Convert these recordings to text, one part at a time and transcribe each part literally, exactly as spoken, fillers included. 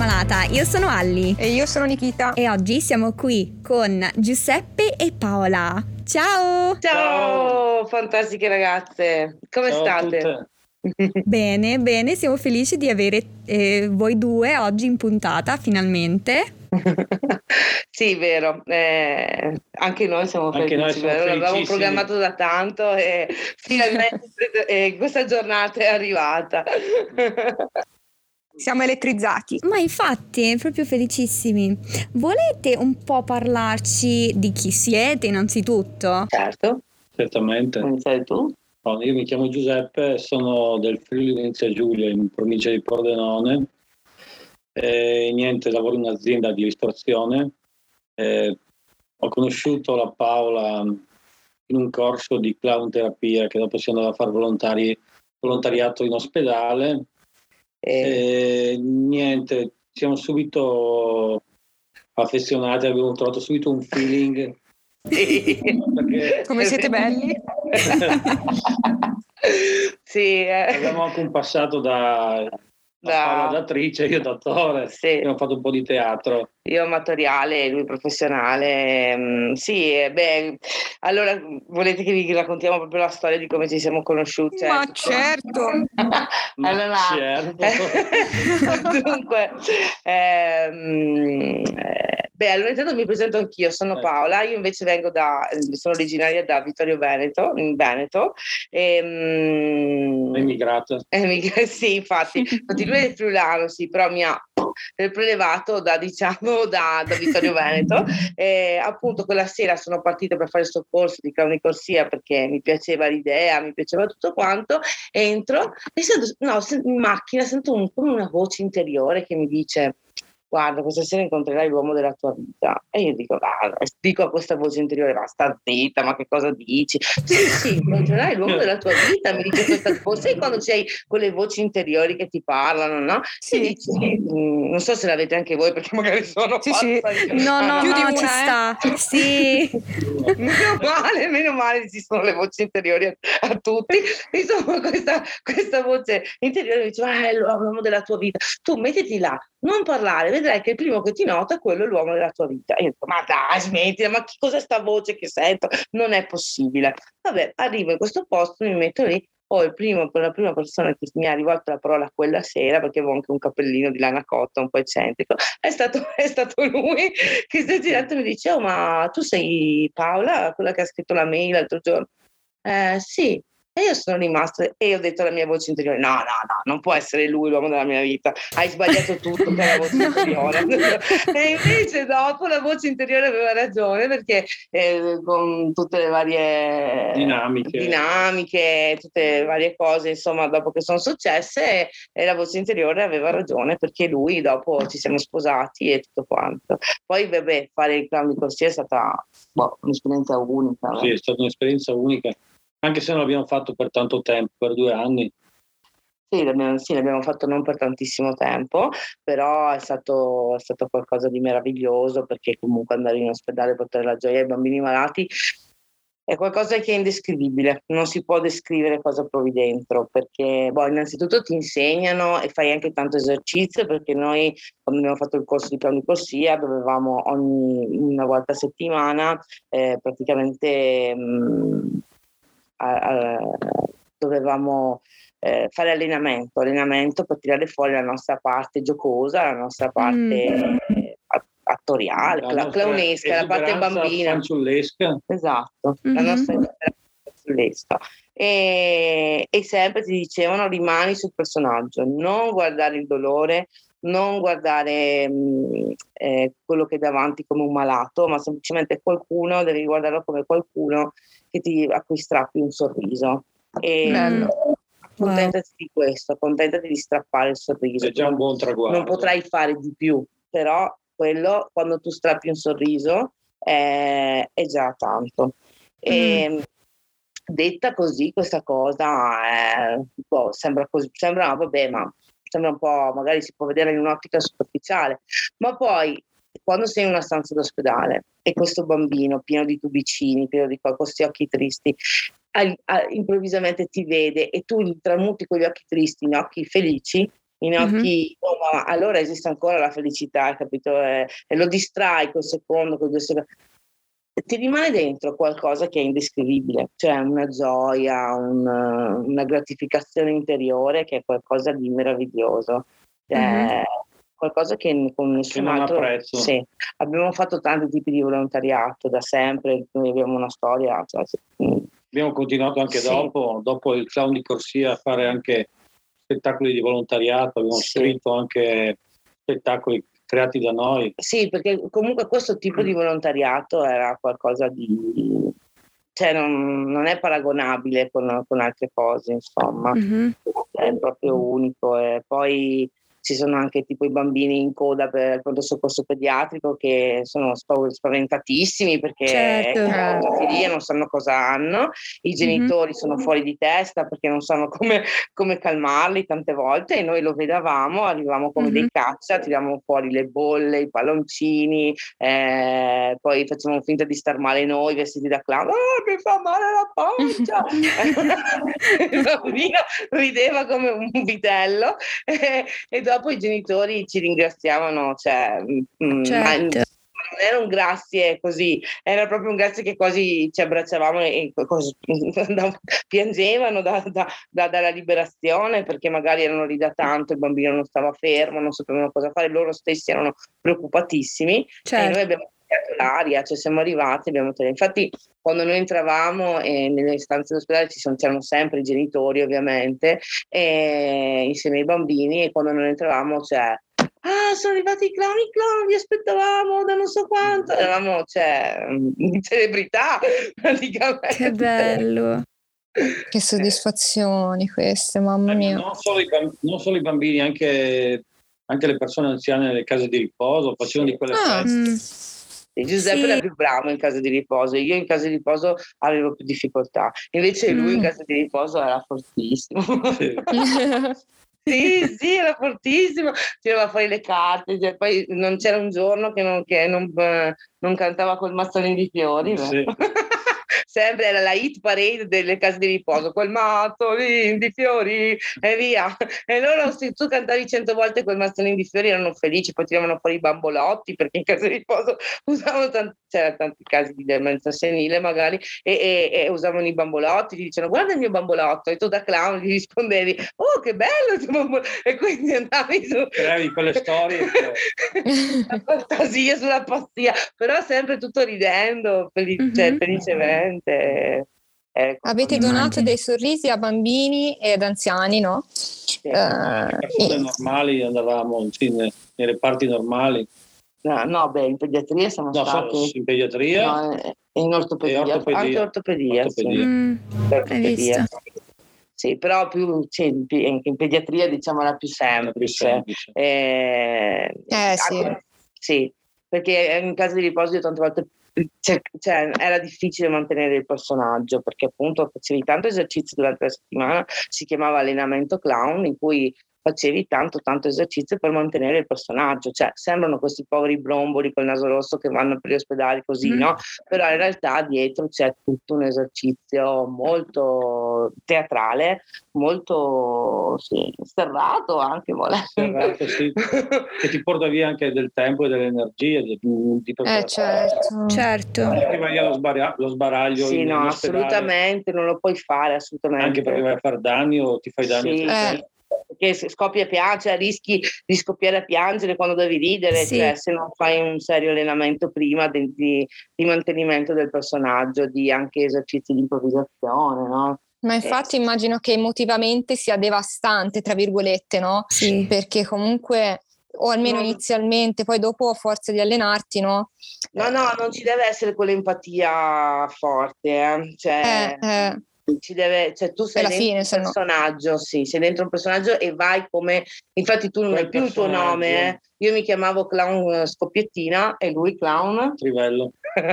Malata, io sono Alli. E io sono Nikita. E oggi siamo qui con Giuseppe e Paola. Ciao! Ciao, Ciao. Fantastiche ragazze, come Ciao state? Bene, bene, siamo felici di avere eh, voi due oggi in puntata, finalmente. Sì, vero, eh, anche noi siamo anche felici, noi siamo vero? L'avevamo programmato da tanto e finalmente eh, questa giornata è arrivata. Siamo elettrizzati. Ma infatti, proprio felicissimi. Volete un po' parlarci di chi siete innanzitutto? Certo. Certamente. Iniziare tu? No, io mi chiamo Giuseppe, sono del Friuli Venezia Giulia, in provincia di Pordenone. E niente, lavoro in un'azienda di ristorazione. E ho conosciuto la Paola in un corso di clown terapia che dopo si andava a fare volontari, volontariato in ospedale. E niente, siamo subito affezionati, abbiamo trovato subito un feeling. Perché come siete belli. Sì, eh. Abbiamo anche un passato da, da Paola da attrice, io da attore. Sì. Abbiamo fatto un po' di teatro. Io amatoriale, lui professionale. Mm, sì, beh, allora volete che vi raccontiamo proprio la storia di come ci siamo conosciuti? Ma certo! Ma allora, certo. Dunque, ehm, eh, beh, allora intanto mi presento anch'io, sono Paola, io invece vengo da, sono originaria da Vittorio Veneto, in Veneto. E, mm, è emigrata. Sì, infatti, infatti lui è friulano, sì, però mi ha prelevato da, diciamo, da, da Vittorio Veneto. E appunto quella sera sono partita per fare questo corso di clownicorsia perché mi piaceva l'idea, mi piaceva tutto quanto. Entro e sento, no, in macchina sento un, come una voce interiore che mi dice: guarda, questa sera incontrerai l'uomo della tua vita. E io dico, ah, dico a questa voce interiore, ma sta zitta, ma che cosa dici? Sì, sì, incontrerai l'uomo della tua vita, mi dice questa voce. Sai quando c'hai quelle voci interiori che ti parlano, no? Sì. Dici, mm, non so se l'avete anche voi, perché magari sono sì, pazza. Sì. No, no, più no, di una, ci eh? sta. Sì. Meno male, meno male ci sono le voci interiori a, a tutti. Insomma, questa, questa voce interiore mi dice, ah, è l'uomo della tua vita. Tu mettiti là, non parlare, vedrai che il primo che ti nota quello è l'uomo della tua vita. E io dico, ma dai, smettila, ma che cos'è sta voce che sento? Non è possibile. Vabbè, arrivo in questo posto, mi metto lì. Poi il primo, per la prima persona che mi ha rivolto la parola quella sera, perché avevo anche un cappellino di lana cotta un po' eccentrico, è stato, è stato lui che si è girato e mi dice, oh, ma tu sei Paola, quella che ha scritto la mail l'altro giorno? Eh, sì. E io sono rimasta e ho detto alla mia voce interiore, no, no, no, non può essere lui l'uomo della mia vita, hai sbagliato tutto per la voce interiore. E invece dopo la voce interiore aveva ragione, perché eh, con tutte le varie dinamiche. dinamiche, tutte le varie cose, insomma, dopo che sono successe, eh, la voce interiore aveva ragione, perché lui dopo ci siamo sposati e tutto quanto. Poi, vabbè, fare il clown di corsia è stata boh, un'esperienza unica. Sì, è stata un'esperienza unica. Anche se non l'abbiamo fatto per tanto tempo, per due anni. Sì l'abbiamo, sì, l'abbiamo fatto non per tantissimo tempo, però è stato, è stato qualcosa di meraviglioso, perché comunque andare in ospedale e portare la gioia ai bambini malati è qualcosa che è indescrivibile, non si può descrivere cosa provi dentro, perché boh, innanzitutto ti insegnano e fai anche tanto esercizio, perché noi quando abbiamo fatto il corso di clownicorsia dovevamo ogni una volta a settimana eh, praticamente mh, a, a, dovevamo eh, fare allenamento, allenamento per tirare fuori la nostra parte giocosa, la nostra parte mm. attoriale, la, la clownesca, la parte bambina. Fanciullesca. Esatto, mm-hmm. La nostra fanciullesca. E, e sempre ti dicevano rimani sul personaggio, non guardare il dolore, non guardare mh, eh, quello che è davanti come un malato, ma semplicemente qualcuno, devi guardarlo come qualcuno che ti, a cui strappi un sorriso. E, Bello. Contentati wow. di questo, contentati di strappare il sorriso. È già un buon traguardo. Non potrai fare di più, però quello, quando tu strappi un sorriso, è, è già tanto. E, mm. Detta così, questa cosa è, boh, sembra così, sembra, vabbè, ma sembra un po', magari si può vedere in un'ottica superficiale, ma poi quando sei in una stanza d'ospedale e questo bambino pieno di tubicini, pieno di questi occhi tristi, improvvisamente ti vede e tu li tramuti con gli occhi tristi in occhi felici, in occhi, oh, ma allora esiste ancora la felicità, capito? E, e lo distrai quel secondo, quel due secondi. Ti rimane dentro qualcosa che è indescrivibile, cioè una gioia, un, una gratificazione interiore che è qualcosa di meraviglioso. Cioè, Mhm. qualcosa che con nessun Che non ha altro. prezzo. Sì. Abbiamo fatto tanti tipi di volontariato da sempre, noi abbiamo una storia. Cioè, sì. Abbiamo continuato anche Sì. dopo, dopo il Clown di Corsia, a fare anche spettacoli di volontariato, abbiamo Sì. scritto anche spettacoli creati da noi. Sì, perché comunque questo tipo di volontariato era qualcosa di. Cioè non, non è paragonabile con, con altre cose, insomma. Mhm. È proprio unico. E poi ci sono anche tipo i bambini in coda per il pronto soccorso pediatrico che sono spav- spaventatissimi perché Certo. sono tutti lì e non sanno cosa hanno, i genitori sono fuori di testa perché non sanno come, come calmarli tante volte, e noi lo vedavamo, arrivavamo come Mhm. dei caccia, tiravamo fuori le bolle, i palloncini, eh, poi facevamo finta di star male noi vestiti da clown. "Ah, mi fa male la pancia!" Il bambino rideva come un vitello e, e dopo i genitori ci ringraziavano, cioè, mm, Certo. ma non era un grazie così, era proprio un grazie che quasi ci abbracciavamo e, e cos- da- piangevano da- da- da- dalla liberazione, perché magari erano lì da tanto, il bambino non stava fermo, non sapevano cosa fare, loro stessi erano preoccupatissimi e Certo. noi abbiamo cambiato l'aria, cioè siamo arrivati, abbiamo infatti quando noi entravamo eh, nelle stanze d'ospedale ci sono, c'erano sempre i genitori ovviamente e, insieme ai bambini, e quando noi entravamo cioè "Ah, sono arrivati i clown, i clown, vi aspettavamo da non so quanto", eravamo cioè in celebrità praticamente. Che bello. Che soddisfazioni queste, mamma Eh, ma mia. non solo i, bamb- non solo i bambini, anche, anche le persone anziane nelle case di riposo facevano di quelle Ah. feste. Mm. E Giuseppe Sì. era più bravo in casa di riposo, io in casa di riposo avevo più difficoltà, invece lui in Mm. casa di riposo era fortissimo. Sì. Sì, sì, era fortissimo, tirava fuori le carte, cioè, poi non c'era un giorno che non, che non, eh, non cantava col mazzolino di fiori. Sì. Sempre era la hit parade delle case di riposo, quel mazzolino di fiori e via. E loro, se tu cantavi cento volte quel mazzolino di fiori, erano felici, poi tiravano fuori i bambolotti, perché in casa di riposo usavano tanti, c'erano tanti casi di demenza senile magari, e, e, e usavano i bambolotti, ti dicevano "guarda il mio bambolotto", e tu da clown gli rispondevi "oh, che bello il tuo bambolotto", e quindi andavi su Creavi quelle storie che- la fantasia sulla pazzia, però sempre tutto ridendo, felice, Mhm. cioè, felicemente. Eh, Avete Immagino. donato dei sorrisi a bambini ed anziani, no? sì. Eh, le persone normali andavamo sì, ne- nei reparti normali, No, no, beh, in pediatria siamo no, solo stati, in pediatria no, eh, in ortopedia, e ortopedia. anche ortopedia, sì. Ortopedia. Mm. Hai Ortopedia, visto? sì. Sì, però più sì, in pi- anche in pediatria diciamo la più È più semplice. semplice. Eh, Eh, sì. anche- sì, perché in casa di riposo io tante volte cioè, cioè, era difficile mantenere il personaggio, perché appunto facevi tanto esercizio durante la settimana, si chiamava allenamento clown, in cui facevi tanto tanto esercizio per mantenere il personaggio, cioè sembrano questi poveri bromboli col naso rosso che vanno per gli ospedali così, Mm. no? Però in realtà dietro c'è tutto un esercizio molto teatrale, molto sì, serrato anche volendo. Serrato, sì. Che ti porta via anche del tempo e delle energie di, di eh, certo. Certo. Perché vai allo sbaria- lo sbaraglio Sì, in, no, in ospedale, assolutamente, non lo puoi fare, assolutamente. anche perché vai a fare danni o ti fai danni Sì, a te Eh. stesso. perché se scoppi a piangere, cioè, rischi di scoppiare a piangere quando devi ridere, Sì. cioè se non fai un serio allenamento prima di, di, di mantenimento del personaggio, di anche esercizi di improvvisazione, no? Ma infatti immagino che emotivamente sia devastante, tra virgolette, no? Sì. Perché comunque, o almeno No. inizialmente, poi dopo a forza di allenarti, no? No, no, non ci deve essere quell'empatia forte, eh. Cioè, Eh, eh. ci deve, cioè tu sei alla dentro fine, un se no. personaggio, sì, sei dentro un personaggio e vai come, infatti tu non Quel hai più il tuo personaggio. nome, eh. Io mi chiamavo Clown eh, Scoppiettina e lui Clown Trivello.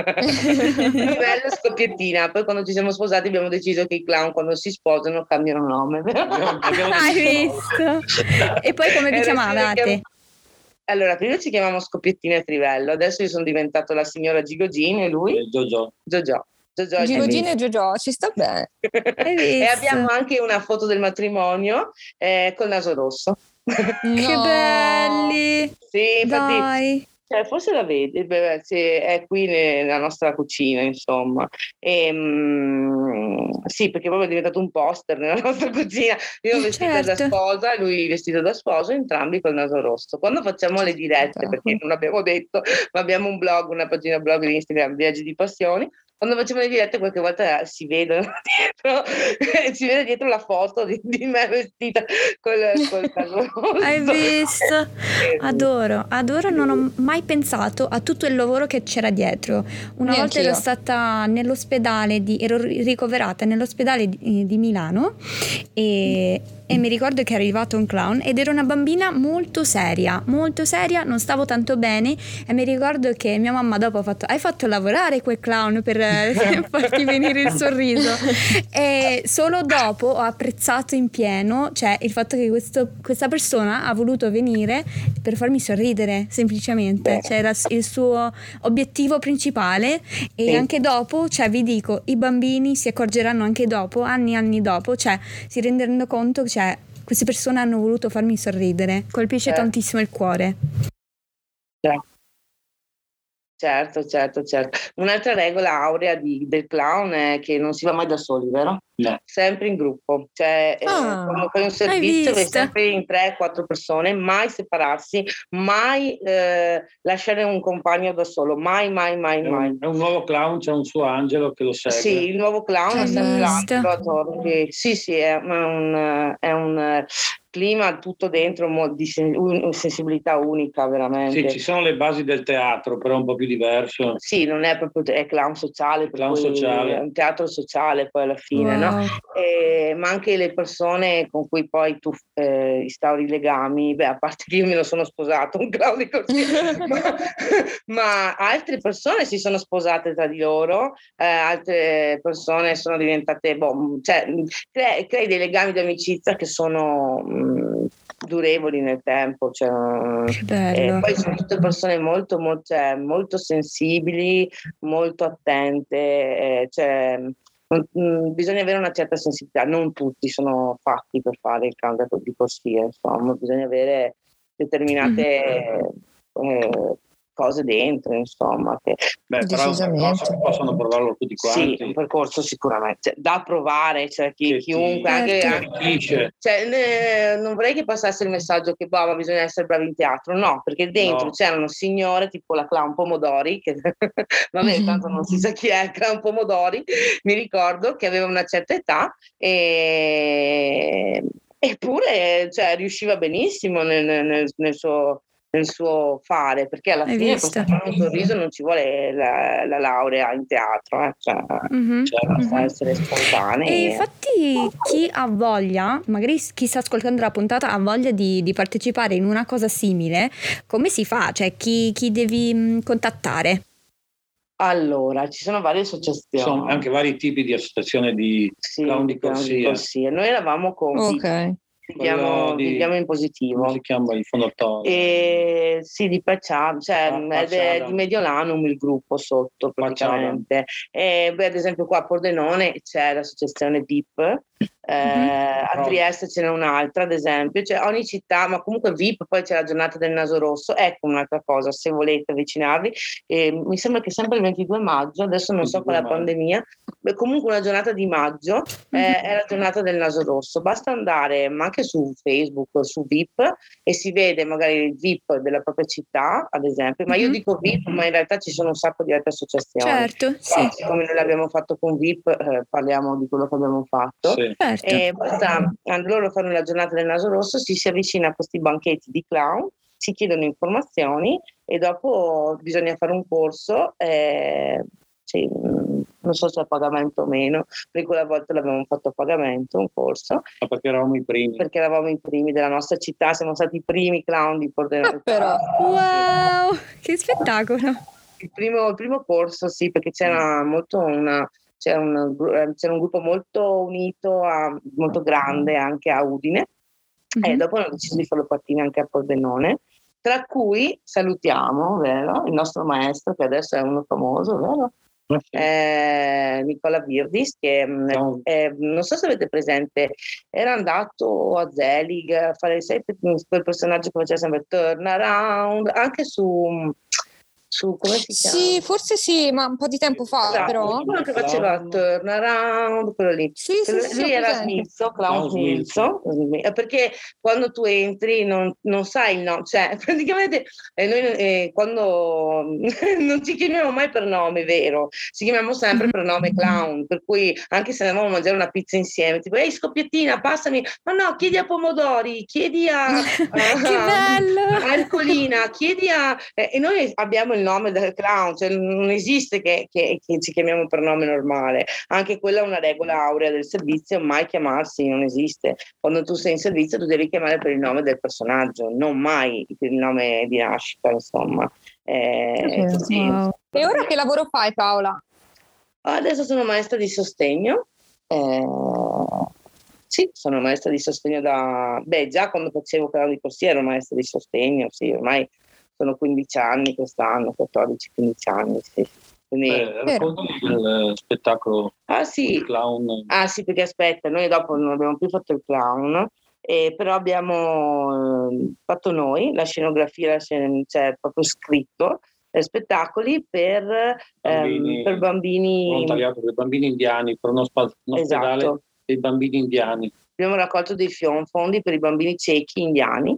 Livello Scoppiettina. Poi quando ci siamo sposati abbiamo deciso che i clown quando si sposano cambiano nome. Abbiamo- abbiamo Hai deciso- visto? E poi come vi E adesso chiamavate? chiam- Allora, prima ci chiamavamo Scoppiettina e Trivello, adesso io sono diventato la signora Gigogin e lui Eh, Giorgio. Giorgio. Giorgio è Gigogino Gigi. e Giorgio, ci sta bene. Hai E visto? abbiamo anche una foto del matrimonio eh, col naso rosso. Che No. belli! Sì, infatti, Dai! cioè, forse la vedi, beh, se è qui nella nostra cucina, insomma. E, mm, sì, perché proprio è diventato un poster nella nostra cucina. Io Eh, vestita da certo. sposa, lui vestito da sposo, entrambi col naso rosso. Quando facciamo le dirette, perché non abbiamo detto, ma abbiamo un blog, una pagina blog di Instagram, Viaggi di Passioni. Quando facciamo le dirette qualche volta si vedono dietro, si vede dietro la foto di, di me vestita col, col naso rosso. Hai visto? Eh, Adoro, adoro, non ho mai pensato a tutto il lavoro che c'era dietro. Una volta ero Neanch'io. stata nell'ospedale di, ero ricoverata nell'ospedale di, di Milano e, e mi ricordo che è arrivato un clown ed ero una bambina molto seria, molto seria, non stavo tanto bene e mi ricordo che mia mamma dopo ha fatto: hai fatto lavorare quel clown per eh, farti venire il sorriso. E solo dopo ho apprezzato in pieno, cioè, il fatto che questo, questa persona ha voluto venire per farmi sorridere, semplicemente. Cioè, era il suo obiettivo principale. E Sì. anche dopo, cioè, vi dico, i bambini si accorgeranno anche dopo, anni e anni dopo, cioè, si renderanno conto, cioè, queste persone hanno voluto farmi sorridere. Colpisce Certo. tantissimo il cuore. Certo, certo, certo. Un'altra regola aurea di- del clown è che non si va mai da soli, vero? No. Sempre in gruppo, cioè eh, Ah, quando fai un servizio vai visto? sempre in tre quattro persone, mai separarsi, mai eh, lasciare un compagno da solo, mai, mai, mai, È mai. un, è un nuovo clown, c'è un suo angelo che lo segue. Sì, il nuovo clown Che è sempre bello. l'angelo attorno che- sì, sì, è un, è un eh, clima tutto dentro mo- di sen- un- sensibilità unica, veramente. Sì, ci sono le basi del teatro, però un po' più diverso. Sì, non è proprio è clown sociale, per Clown cui sociale. è un teatro sociale poi alla fine, no? Wow. E- ma anche le persone con cui poi tu eh, instauri legami, beh, a parte che io me lo sono sposato, un clown di così, ma, ma altre persone si sono sposate tra di loro, eh, altre persone sono diventate, boh, cioè, cre- crei dei legami di amicizia che sono mh, durevoli nel tempo, cioè, Che eh, bello. poi sono tutte persone molto, molto, cioè, molto sensibili, molto attente, eh, cioè, non- mh, bisogna avere una certa sensibilità, non tutti sono fatti per fare il clown di corsia, insomma, bisogna avere determinate eh, cose dentro, insomma, che Beh, però è un Decisamente. percorso che possono provarlo tutti quanti. sì, un percorso sicuramente cioè, da provare, cioè chi, Che chiunque, ti anche, Certo. arricchisce. cioè, ne- non vorrei che passasse il messaggio che boh, ma bisogna essere bravi in teatro, no, perché dentro No. c'erano signore tipo la clown Pomodori, che vabbè, tanto non si sa chi è il clown Pomodori, mi ricordo che aveva una certa età e eppure cioè, riusciva benissimo nel, nel- nel suo, nel suo fare, perché alla Hai fine visto? per fare un sorriso non ci vuole la, la laurea in teatro, eh, cioè, Mhm, Cioè, basta mhm. essere E spontanei. infatti chi ha voglia, magari chi sta ascoltando la puntata ha voglia di, di partecipare in una cosa simile, come si fa? Cioè chi, chi devi mh, contattare? Allora, ci sono varie ci associazioni. sono anche vari tipi di associazione di Sì, clown di clown di corsia. corsia. Noi eravamo con Ok. viviamo, Quello di- viviamo in Come positivo. si chiama il fondatore? E sì, di Pacciam, cioè Ah, ed è Pacciada. di Mediolanum il gruppo sotto praticamente. E, beh, ad esempio qua a Pordenone c'è l'associazione D I P, eh, a Trieste ce n'è un'altra ad esempio, cioè ogni città, ma comunque V I P, poi c'è la giornata del naso rosso, ecco un'altra cosa, se volete avvicinarvi, eh, mi sembra che sempre il ventidue maggio, adesso non so con la ventidue maggio. pandemia, beh, comunque una giornata di maggio eh, è la giornata del naso rosso, basta andare ma anche su Facebook, su V I P e si vede magari il V I P della propria città, ad esempio, ma io Mhm. dico V I P, ma in realtà ci sono un sacco di altre associazioni. Certo, sì, Siccome noi l'abbiamo fatto con V I P, eh, parliamo di quello che abbiamo fatto. Sì. certo. E basta, loro fanno la giornata del naso rosso, si, si avvicina a questi banchetti di clown, si chiedono informazioni e dopo bisogna fare un corso. Eh, sì, mh, non so se a pagamento o meno, perché quella volta l'abbiamo fatto a pagamento, un corso, Ma perché eravamo i primi. perché eravamo i primi della nostra città, siamo stati i primi clown di Pordenone. Ah, però. Wow, che spettacolo. Il primo, il primo corso, sì, perché c'era molto una, c'era un, gru- c'era un gruppo molto unito, a- molto grande anche a Udine, e Mhm. dopo hanno deciso di farlo partire anche a Pordenone, tra cui salutiamo, vero, il nostro maestro, che adesso è uno famoso, vero? Ah, sì. eh, Nicola Virdis, che mh, No. eh, non so se avete presente, era andato a Zelig a fare sempre quel personaggio che faceva sempre turn around, anche su, su come si chiama? Sì, forse sì, ma un po' di tempo fa, Esatto, però. quello che faceva Clown. turn around, quello lì. Sì, sì, sì, sì, Lui ho era presente. Smilzo, Clown Clown Smilzo, eh, perché quando tu entri non, non sai il nome, cioè praticamente eh, noi eh, quando non ci chiamiamo mai per nome, vero? Ci chiamiamo sempre per nome Clown, per cui anche se andavamo a mangiare una pizza insieme, tipo ehi scoppiettina, passami, ma no, chiedi a Pomodori, chiedi a, Che a, bello! a Ercolina, chiedi a... eh, e noi abbiamo il nome del Clown, cioè non esiste che, che, che ci chiamiamo per nome normale, anche quella è una regola aurea del servizio, mai chiamarsi, non esiste. Quando tu sei in servizio tu devi chiamare per il nome del personaggio, non mai per il nome di nascita, insomma. Eh, Davvero? così. Wow. E ora che lavoro fai, Paola? Adesso sono maestra di sostegno. Eh, sì, sono maestra di sostegno da... Beh, già quando facevo canale di corsia ero maestra di sostegno, sì, ormai sono quindici anni quest'anno, quattordici quindici anni, sì. Quindi... Beh, raccontami del spettacolo Ah sì, Clown. ah sì, perché aspetta, noi dopo non abbiamo più fatto il clown, eh, però abbiamo eh, fatto noi la scenografia, la scen- cioè proprio scritto eh, spettacoli per Bambini, ehm, per bambini. volontariato per bambini indiani, per uno, spa- un ospedale Esatto. dei bambini indiani. Abbiamo raccolto dei fion- fondi per i bambini ciechi indiani.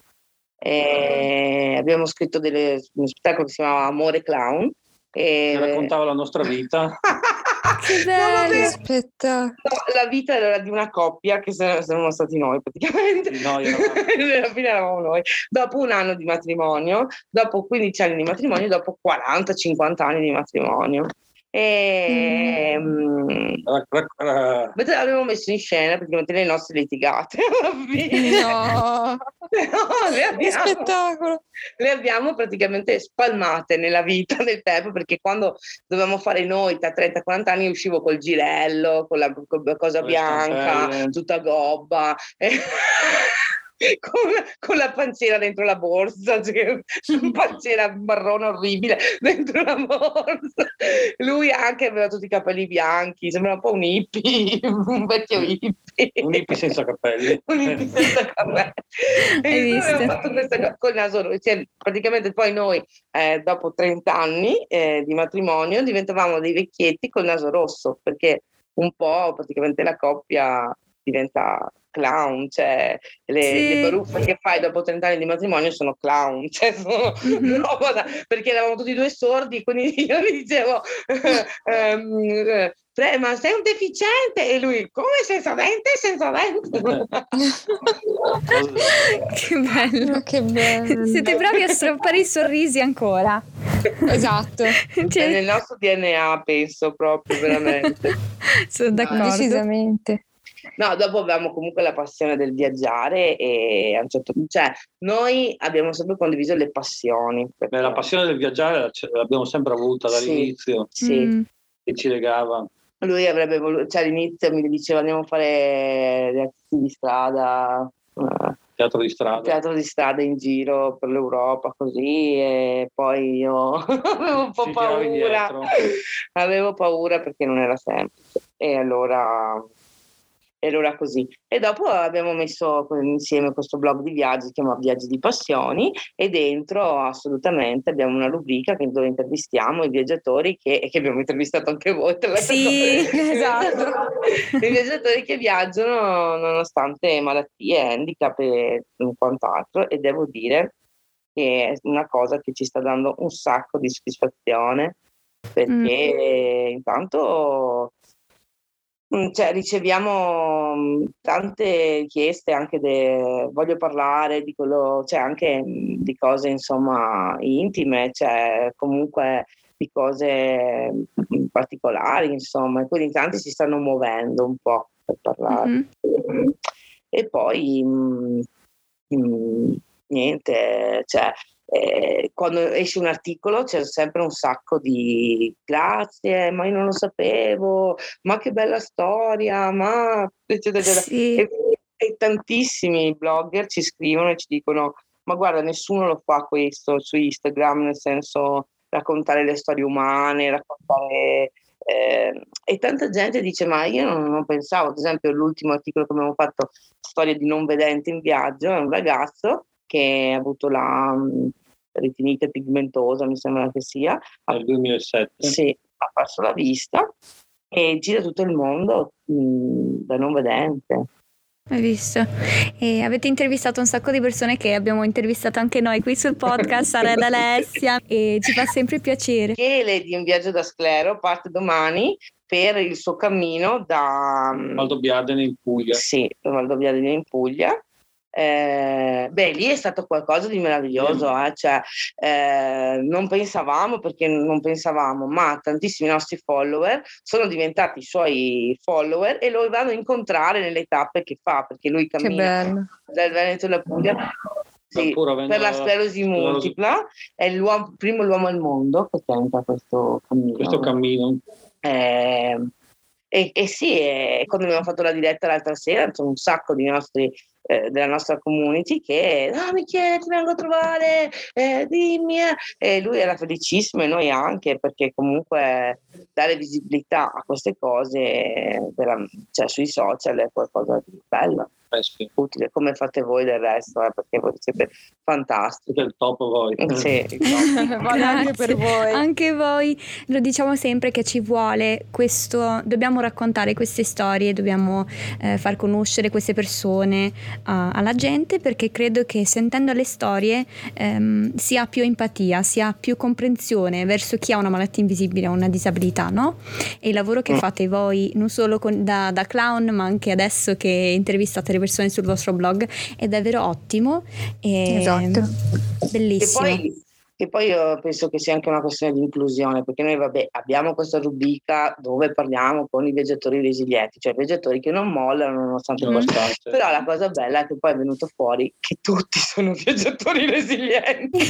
E abbiamo scritto delle, uno spettacolo che si chiamava Amore Clown. Che E... raccontava la nostra vita. Che No, bello! vabbè. Aspetta. No, la vita era di una coppia che se- siamo stati noi praticamente. Sì, noi eravamo. Alla fine eravamo noi. Dopo un anno di matrimonio, dopo quindici anni di matrimonio, dopo quaranta cinquanta anni di matrimonio. E mm. Ra- ra- ra- Mentre l'avevo messo in scena praticamente le nostre litigate alla fine. No. No, le Che abbiamo, spettacolo. le abbiamo praticamente spalmate nella vita del Pep, perché quando dovevamo fare noi da trenta quaranta anni uscivo col girello, con la, con la cosa Con le bianca, stampelle. tutta gobba. eh, Con, con la pancera dentro la borsa, cioè, una pancera marrone orribile dentro la borsa. Lui anche aveva tutti i capelli bianchi, sembrava un po' un hippie, un vecchio hippie. Un hippie senza capelli. Un hippie senza capelli. Hai E noi visto? abbiamo fatto questa cosa col naso, cioè, praticamente poi noi eh, dopo trenta anni eh, di matrimonio diventavamo dei vecchietti col naso rosso, perché un po' praticamente la coppia diventa clown, cioè le, Sì. le baruffe che fai dopo trenta anni di matrimonio sono clown, cioè sono Mhm. roba da- perché eravamo tutti e due sordi, quindi io gli dicevo ehm, eh, "Pre- ma sei un deficiente?" E lui come senza dente? Senza dente? Che bello! Ma che bello. Siete bravi a strappare i sorrisi ancora. Esatto. È Cioè, nel nostro D N A, penso proprio veramente. sono d'accordo. Decisamente. No, dopo abbiamo comunque la passione del viaggiare e a un certo punto, cioè noi abbiamo sempre condiviso le passioni. perché- Beh, la passione del viaggiare ce- l'abbiamo sempre avuta Sì. dall'inizio, Sì. Mm. che ci legava. Lui avrebbe voluto, cioè all'inizio mi diceva andiamo a fare gli artisti di strada, eh, Teatro di strada. teatro di strada in giro per l'Europa così, e poi io avevo un po' Ci tiravi paura, indietro. avevo paura perché non era semplice e allora, e allora così. E dopo abbiamo messo insieme questo blog di viaggi, si chiama Viaggi di Passioni, e dentro assolutamente abbiamo una rubrica che- dove intervistiamo i viaggiatori che, che abbiamo intervistato anche voi. tra l'altro. Sì, esatto. I viaggiatori che viaggiano nonostante malattie, handicap e quant'altro, e devo dire che è una cosa che ci sta dando un sacco di soddisfazione, perché intanto mm, cioè, riceviamo mm, tante richieste anche de, voglio parlare di quello, cioè anche mm, di cose insomma intime, cioè comunque di cose mm, particolari, insomma, e quindi in tanti si stanno muovendo un po' per parlare. Mhm. E poi mm, mm, niente, cioè eh, quando esce un articolo c'è sempre un sacco di grazie, ma io non lo sapevo, ma che bella storia, ma eccetera, eccetera. Sì. E, e tantissimi blogger ci scrivono e ci dicono ma guarda nessuno lo fa questo su Instagram, nel senso raccontare le storie umane, raccontare eh, e tanta gente dice ma io non, non pensavo, ad esempio l'ultimo articolo che abbiamo fatto, storia di non vedente in viaggio, è un ragazzo che ha avuto la um, retinite pigmentosa, mi sembra che sia. Nel duemilasette. Sì, ha perso la vista e gira tutto il mondo mh, da non vedente. Hai visto? E avete intervistato un sacco di persone che abbiamo intervistato anche noi qui sul podcast, Sara ed Alessia, e ci fa sempre piacere. Chele di Un viaggio da sclero parte domani per il suo cammino da Valdobbiadene in Puglia. Sì, Valdobbiadene in Puglia. Eh, beh, lì è stato qualcosa di meraviglioso, eh? Cioè, eh, non pensavamo, perché non pensavamo, ma tantissimi nostri follower sono diventati i suoi follower e lo vanno a incontrare nelle tappe che fa, perché lui cammina dal Veneto alla Puglia. Sì, per la sclerosi multipla, è l'uomo, primo l'uomo al mondo che tenta questo cammino. Questo cammino. Eh, e, e sì, e quando abbiamo fatto la diretta l'altra sera, c'è un sacco di nostri eh, della nostra community che no, Michele, ti vengo a trovare, eh, dimmi, eh. E lui era felicissimo e noi anche, perché comunque dare visibilità a queste cose della, cioè sui social è qualcosa di bello. Eh sì. Utile, come fate voi del resto, eh, perché voi siete fantastici. Siete il top voi. Sì, il top. Vale anche per voi. Anche voi, lo diciamo sempre che ci vuole questo, dobbiamo raccontare queste storie, dobbiamo eh, far conoscere queste persone uh, alla gente, perché credo che sentendo le storie ehm, si ha più empatia, si ha più comprensione verso chi ha una malattia invisibile o una disabilità, no? E il lavoro che mm. fate voi, non solo con, da, da clown, ma anche adesso che intervistate persone sul vostro blog, è davvero ottimo e esatto, bellissimo. E poi, e poi io penso che sia anche una questione di inclusione, perché noi vabbè abbiamo questa rubrica dove parliamo con i viaggiatori resilienti, cioè viaggiatori che non mollano nonostante mm. questo. Però la cosa bella è che poi è venuto fuori che tutti sono viaggiatori resilienti.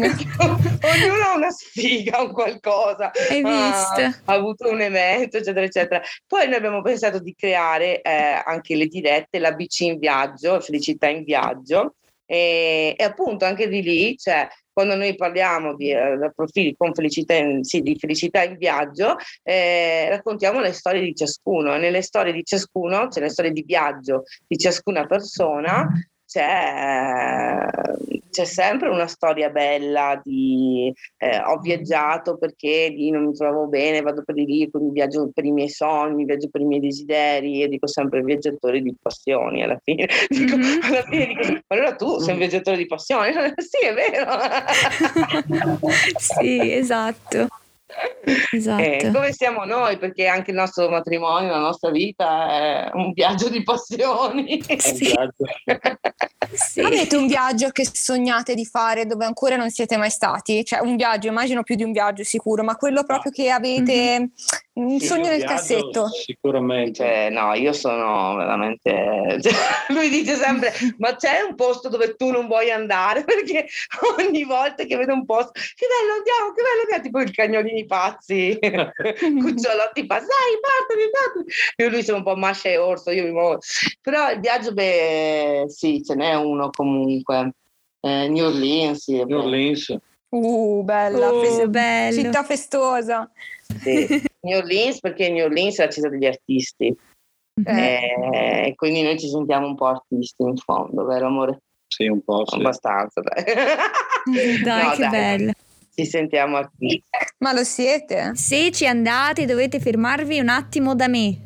Ognuno ha una sfiga, un qualcosa, hai visto? Ha, ha avuto un evento, eccetera eccetera. Poi noi abbiamo pensato di creare eh, anche le dirette, l'A B C in viaggio, felicità in viaggio, e, e appunto anche di lì, cioè quando noi parliamo di eh, profili con felicità in, sì, di felicità in viaggio, eh, raccontiamo le storie di ciascuno, e nelle storie di ciascuno, cioè le storie di viaggio di ciascuna persona, c'è, c'è sempre una storia bella di eh, ho viaggiato perché lì non mi trovavo bene, vado per lì, quindi viaggio per i miei sogni, viaggio per i miei desideri. Io dico sempre viaggiatore di passioni alla fine. Dico, mm-hmm. alla fine dico, ma allora tu sei un viaggiatore di passioni? Sì, è vero. Sì, esatto. Esatto. Eh, come siamo noi, perché anche il nostro matrimonio, la nostra vita è un viaggio di passioni. Sì. Sì. Avete un viaggio che sognate di fare dove ancora non siete mai stati? Cioè un viaggio, immagino più di un viaggio sicuro, ma quello proprio che avete mm-hmm. un sì, sogno un nel viaggio, cassetto? Sicuramente. Cioè, no, io sono veramente... Cioè, lui dice sempre, ma c'è un posto dove tu non vuoi andare? Perché ogni volta che vedo un posto, che bello andiamo, che bello andiamo, tipo i cagnolini pazzi, cucciolotti pazzi, dai, partami, partami. Io lui sono un po' mascia e orso, io mi muovo. Però il viaggio, beh, sì, ce n'è uno comunque. Eh, New Orleans. Sì, New Orleans. Uh, bella, uh, fes- bello. Città festosa. Sì. New Orleans, perché New Orleans è la città degli artisti. E eh. eh, quindi noi ci sentiamo un po' artisti in fondo, vero amore? Sì, un po'. Sì. Abbastanza, dai. Dai, no, che dai. bello. Ci sentiamo artisti. Ma lo siete? Se ci andate dovete fermarvi un attimo da me.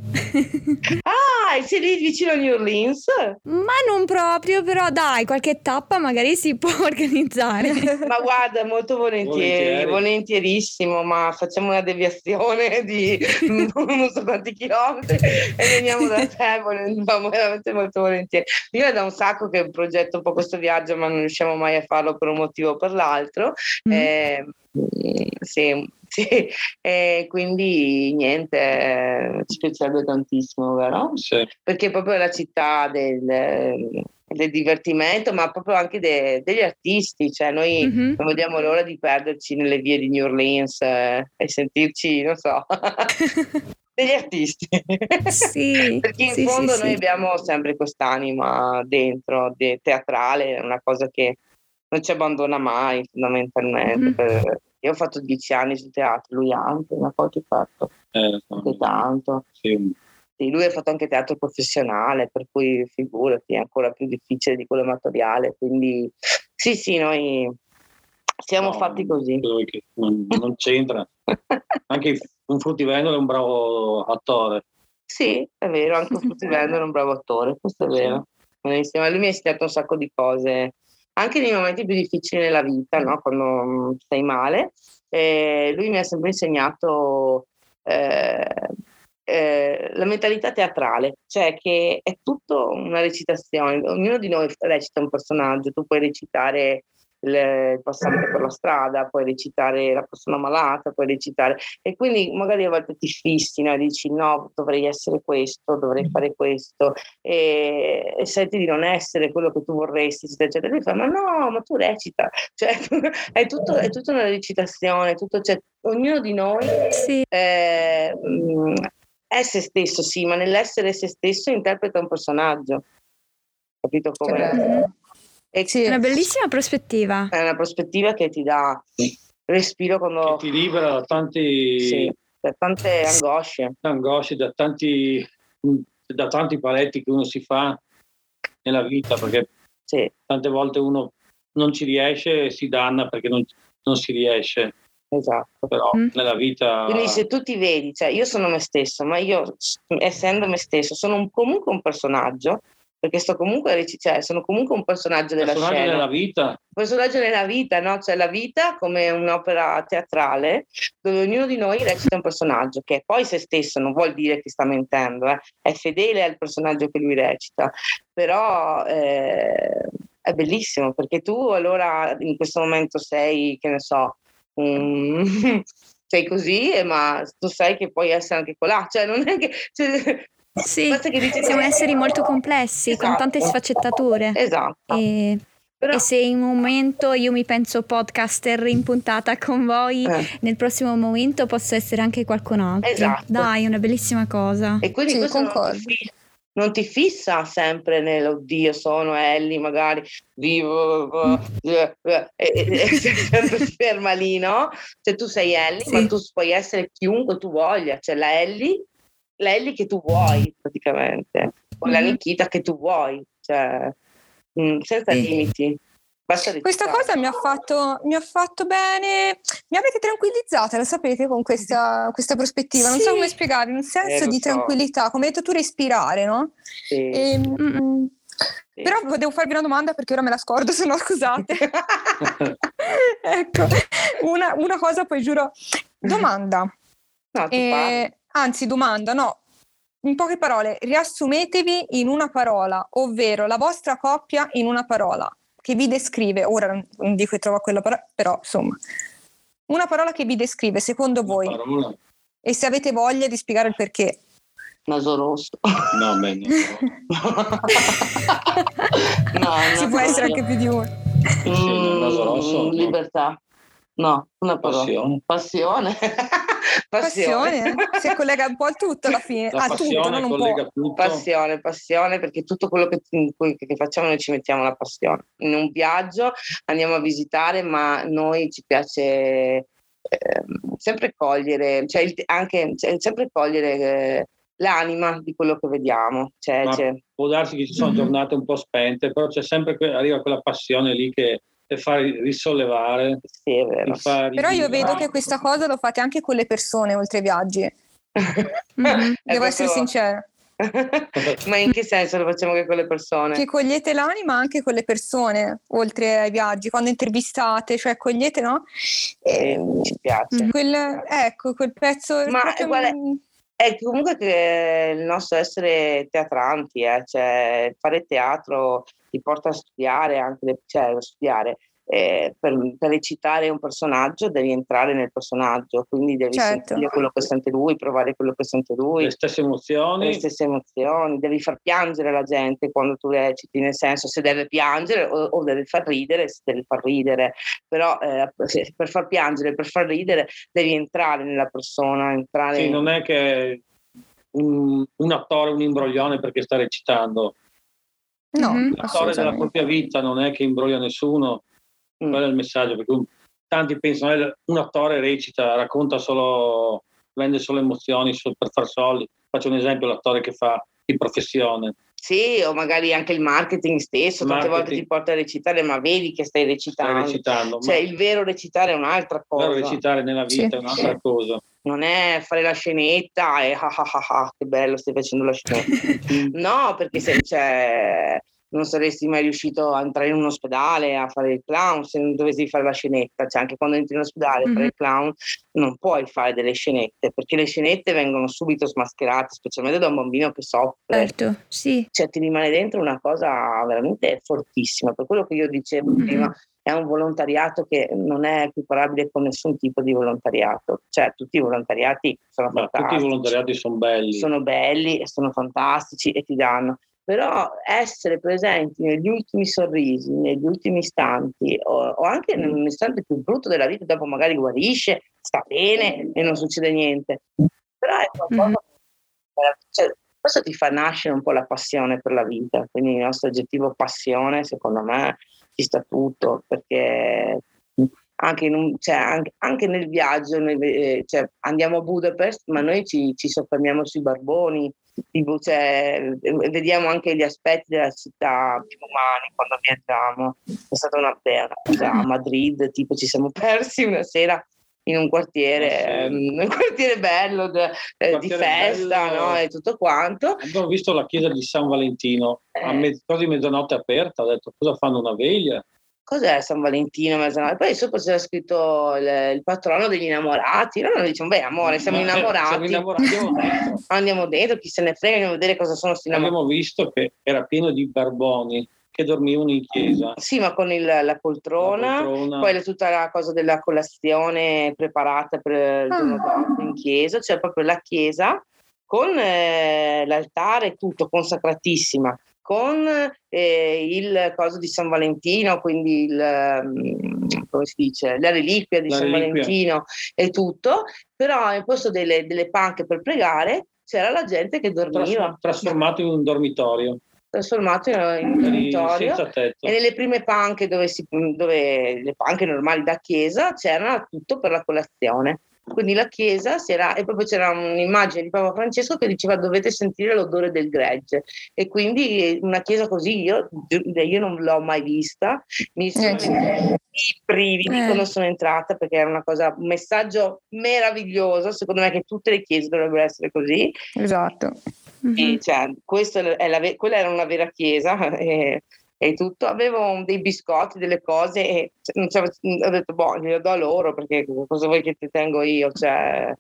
Ah, sei lì vicino a New Orleans? Ma non proprio, però dai, qualche tappa magari si può organizzare. Ma guarda, molto volentieri, volentieri. volentierissimo, ma facciamo una deviazione di non so quanti chilometri e veniamo da te, veniamo veramente molto volentieri. Io è da un sacco che progetto un po' questo viaggio, ma non riusciamo mai a farlo per un motivo o per l'altro. Mm. Eh, sì, sì. E quindi niente, eh, ci piacerebbe tantissimo, vero? Sì. Perché proprio è la città del, del divertimento, ma proprio anche de, degli artisti, cioè noi mm-hmm. non vediamo l'ora di perderci nelle vie di New Orleans eh, e sentirci, non so, degli artisti. Sì, perché in sì, fondo sì, noi sì. abbiamo sempre quest'anima dentro, de, teatrale, è una cosa che non ci abbandona mai fondamentalmente, mm-hmm. per, io ho fatto dieci anni sul teatro, lui anche, ma poi ho fatto Eh, anche tanto. Sì. Sì, lui ha fatto anche teatro professionale, per cui figurati, è ancora più difficile di quello amatoriale, quindi sì, sì, noi siamo No, fatti così. Non, non c'entra. Anche un fruttivendolo è un bravo attore. Sì, è vero, anche un fruttivendolo è un bravo attore, questo è vero. Sì. Lui mi ha insegnato un sacco di cose, anche nei momenti più difficili nella vita, no? Quando stai male. Eh, lui mi ha sempre insegnato eh, eh, la mentalità teatrale, cioè che è tutto una recitazione, ognuno di noi recita un personaggio, tu puoi recitare il passante per la strada, puoi recitare la persona malata, puoi recitare, e quindi magari a volte ti fissi, no? Dici no, dovrei essere questo, dovrei fare questo, e, e senti di non essere quello che tu vorresti, eccetera, e fai, ma no, ma tu recita, cioè è tutto, è tutta una recitazione, tutto, cioè, ognuno di noi sì. eh, è se stesso, sì, ma nell'essere se stesso interpreta un personaggio, capito come? E sì. È una bellissima prospettiva. È una prospettiva che ti dà respiro quando... Che ti libera da tanti... Sì, da tante angosce. Angosce, da tanti, da tanti paletti che uno si fa nella vita, perché sì. Tante volte uno non ci riesce e si danna perché non, non si riesce. Esatto. Però mm. nella vita... Quindi se tu ti vedi, cioè io sono me stesso, ma io essendo me stesso sono un, comunque un personaggio, perché sto comunque, cioè, sono comunque un personaggio della personaggio scena. Nella vita. Un personaggio nella vita, no? Cioè la vita come un'opera teatrale dove ognuno di noi recita un personaggio che è poi se stesso, non vuol dire che sta mentendo, eh? È fedele al personaggio che lui recita, però eh, è bellissimo perché tu allora in questo momento sei, che ne so, um, sei così, ma tu sai che puoi essere anche colà, cioè non è che... Cioè, sì, che dici, siamo esseri molto complessi, esatto, con tante sfaccettature. Esatto. E, Però... e se in un momento io mi penso podcaster in puntata con voi, eh. nel prossimo momento posso essere anche qualcun altro. Esatto. Dai, è una bellissima cosa. E quindi sì, questo non ti, fissa, non ti fissa sempre nell'oddio, sono Ellie, magari vivo, mm. e, e, e sei sempre ferma lì, no? Cioè tu sei Ellie, sì. ma tu puoi essere chiunque tu voglia, cioè la Ellie L'Ellie che tu vuoi praticamente, o mm-hmm. la Nikita che tu vuoi, cioè mh, senza sì. limiti. Basta questa cosa mi ha fatto mi ha fatto bene, mi avete tranquillizzata, lo sapete, con questa, questa prospettiva, non sì. so come spiegare, un senso eh, di so. tranquillità, come hai detto tu, respirare, no? Sì. E, mm, sì. Però devo farvi una domanda perché ora me la scordo, se no scusate. Ecco, una, una cosa poi giuro. Domanda. No, tu eh, anzi, domanda, no. In poche parole, riassumetevi in una parola, ovvero la vostra coppia in una parola che vi descrive. Ora non dico che trova quella parola, però insomma, una parola che vi descrive secondo una voi. Parola. E se avete voglia di spiegare il perché. Naso rosso. No, beh, no. no ci può essere anche più di uno. Mm, sì, naso rosso. No. Libertà. No, una parola. Passione. Passione. Passione, si collega un po' al tutto alla fine, la a tutto, non un po'. Tutto. Passione, passione, perché tutto quello che, che facciamo noi ci mettiamo la passione. In un viaggio andiamo a visitare, ma noi ci piace eh, sempre cogliere, cioè il, anche cioè, sempre cogliere eh, l'anima di quello che vediamo. Cioè, ma cioè... può darsi che ci sono mm-hmm. giornate un po' spente, però c'è sempre que- arriva quella passione lì che e far risollevare. Sì, è vero. Far però io vedo che questa cosa lo fate anche con le persone oltre ai viaggi. Mm-hmm. Devo essere sincera. Ma in che senso lo facciamo anche con le persone? Che cogliete l'anima anche con le persone oltre ai viaggi, quando intervistate, cioè cogliete, no? E, ci piace. Quel, ecco, quel pezzo. Ma proprio... guarda, è comunque che il nostro essere teatranti, eh, cioè fare teatro ti porta a studiare anche, cioè a studiare eh, per, per recitare un personaggio devi entrare nel personaggio, quindi devi certo. sentire quello che sente lui, provare quello che sente lui, le stesse emozioni, le stesse emozioni, devi far piangere la gente quando tu reciti, nel senso se deve piangere o, o deve far ridere, se deve far ridere, però eh, se, per far piangere, per far ridere devi entrare nella persona, entrare. Sì, non è che un, un attore un imbroglione perché sta recitando. No, la storia della propria vita non è che imbroglia nessuno, mm. quello è il messaggio, perché tanti pensano eh, un attore recita, racconta solo, vende solo emozioni solo per far soldi. Faccio un esempio, l'attore che fa di professione. Sì, o magari anche il marketing stesso, tante Marketing. volte ti porta a recitare, ma vedi che stai recitando. Stai recitando. Cioè, ma il vero recitare è un'altra cosa. il vero recitare nella vita Sì. è un'altra cosa. Non è fare la scenetta e ah ah ah ah, che bello stai facendo la scenetta. No, perché se, cioè, non saresti mai riuscito a entrare in un ospedale a fare il clown se non dovessi fare la scenetta. Cioè, anche quando entri in ospedale a Mhm. fare il clown non puoi fare delle scenette, perché le scenette vengono subito smascherate, specialmente da un bambino che soffre. Certo, sì. Cioè, ti rimane dentro una cosa veramente fortissima. Per quello che io dicevo Mhm. prima, è un volontariato che non è equiparabile con nessun tipo di volontariato. Cioè, tutti i volontariati sono Ma fantastici. tutti i volontariati sono belli. Sono belli e sono fantastici e ti danno. Però essere presenti negli ultimi sorrisi, negli ultimi istanti, o, o anche nell'istante più brutto della vita, dopo magari guarisce, sta bene e non succede niente. Però è qualcosa Mhm. cioè, questo ti fa nascere un po' la passione per la vita, quindi il nostro aggettivo passione secondo me ci sta tutto, perché anche, in un, cioè, anche, anche nel viaggio noi, eh, cioè, andiamo a Budapest ma noi ci, ci soffermiamo sui barboni, tipo, cioè, vediamo anche gli aspetti della città più umani quando viaggiamo. È stata una bella cosa a Madrid, tipo ci siamo persi una sera in un quartiere, Ah, sì. um, un quartiere bello de, eh, di Quartiere festa, bello. no? E tutto quanto. Abbiamo visto la chiesa di San Valentino a mezz- quasi mezzanotte aperta, ho detto cosa fanno, una veglia? Cos'è San Valentino? Mezzanotte? Poi sopra c'era scritto il, il patrono degli innamorati. Noi diciamo, beh, amore, siamo Ma, eh, innamorati. siamo innamorati, andiamo dentro. Andiamo dentro, chi se ne frega, andiamo a vedere cosa sono sti innamorati. Abbiamo visto che era pieno di barboni che dormivano in chiesa. Sì, ma con il, la, poltrona, La poltrona. poi la- tutta la cosa della colazione preparata per il giorno Ah. dopo in chiesa, cioè proprio la chiesa con eh, l'altare tutto consacratissima, con eh, il coso di San Valentino, quindi il, um, come si dice, la reliquia di La San reliquia. Valentino e tutto, però al posto delle, delle panche per pregare c'era la gente che dormiva. Tras- trasformato in un dormitorio. Trasformato in un dormitorio senza tetto. e nelle prime panche dove, si, dove le panche normali da chiesa c'era tutto per la colazione, quindi la chiesa si era, e proprio c'era un'immagine di Papa Francesco che diceva dovete sentire l'odore del gregge, e quindi una chiesa così io, io non l'ho mai vista, mi sono Eh. i brividi Eh. quando sono entrata, perché era una cosa, un messaggio meraviglioso, secondo me, che tutte le chiese dovrebbero essere così. Esatto. Mhm. E, cioè, questo è la, quella era una vera chiesa e, e tutto. Avevo dei biscotti, delle cose e non ho detto boh, glielo do a loro perché cosa vuoi che ti tengo io, cioè,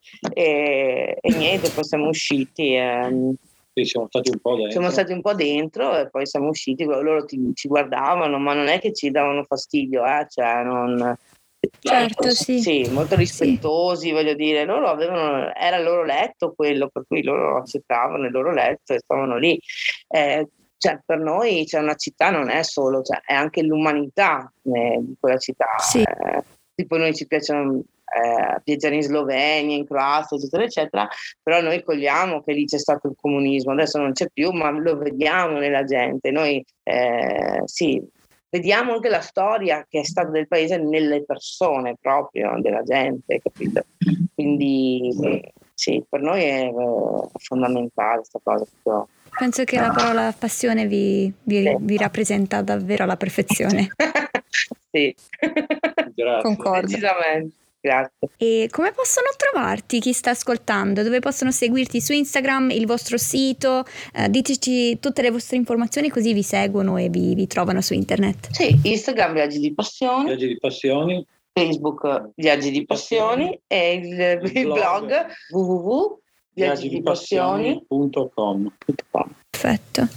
e, e niente, poi siamo usciti e, Sì, siamo stati un po' dentro. siamo stati un po' dentro e poi siamo usciti, loro ti, ci guardavano, ma non è che ci davano fastidio, eh? Cioè, non, Certo, sì. sì, molto rispettosi, voglio dire, loro avevano, era il loro letto quello, per cui loro accettavano il loro letto e stavano lì. Eh, cioè, per noi cioè, una città non è solo, cioè, è anche l'umanità eh, di quella città. Sì. Eh, tipo noi ci piacciono eh, viaggiare in Slovenia, in Croazia, eccetera, eccetera, però noi cogliamo che lì c'è stato il comunismo, adesso non c'è più, ma lo vediamo nella gente. Noi eh, sì, vediamo anche la storia che è stata del paese nelle persone proprio, della gente, capito? Quindi sì, per noi è eh, fondamentale questa cosa. Proprio. Penso che la parola passione vi, vi, vi rappresenta davvero alla perfezione. Sì, Grazie. Concordo. decisamente. Grazie. E come possono trovarti chi sta ascoltando? Dove possono seguirti su Instagram, il vostro sito? Eh, diteci tutte le vostre informazioni così vi seguono e vi, vi trovano su internet. Sì, Instagram Viaggi di Passioni, Viaggi di passioni. Facebook Viaggi di Passioni e il, il, il blog w w w punto viaggi di passioni punto com. Perfetto.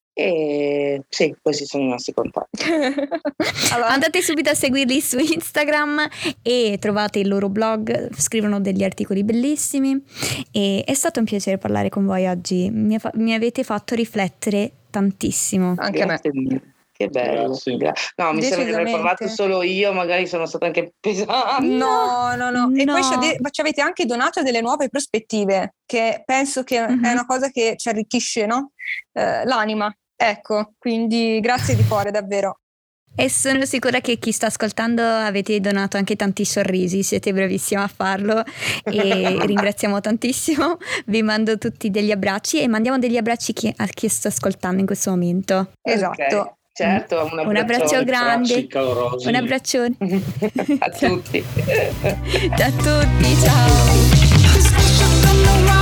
E sì, questi sono i nostri contatti. Allora, Andate subito a seguirli su Instagram e trovate il loro blog, scrivono degli articoli bellissimi e è stato un piacere parlare con voi oggi, mi, fa- mi avete fatto riflettere tantissimo. anche a me. Grazie mille. Che bello. Grazie. Gra- no, mi sembra di aver Decisamente. parlato solo io, magari sono stata anche pesante. No, no, no. E No. poi ci, ade- ci avete anche donato delle nuove prospettive, che penso che Mhm. è una cosa che ci arricchisce, no? Eh, l'anima. Ecco, quindi grazie di cuore, davvero. E sono sicura che chi sta ascoltando avete donato anche tanti sorrisi, siete bravissimi a farlo e ringraziamo tantissimo. Vi mando tutti degli abbracci e mandiamo degli abbracci chi- a chi sta ascoltando in questo momento. Esatto. Ok, certo, un, Un abbraccio grande, Abbracci calorosi. un abbraccione a tutti. a tutti, ciao.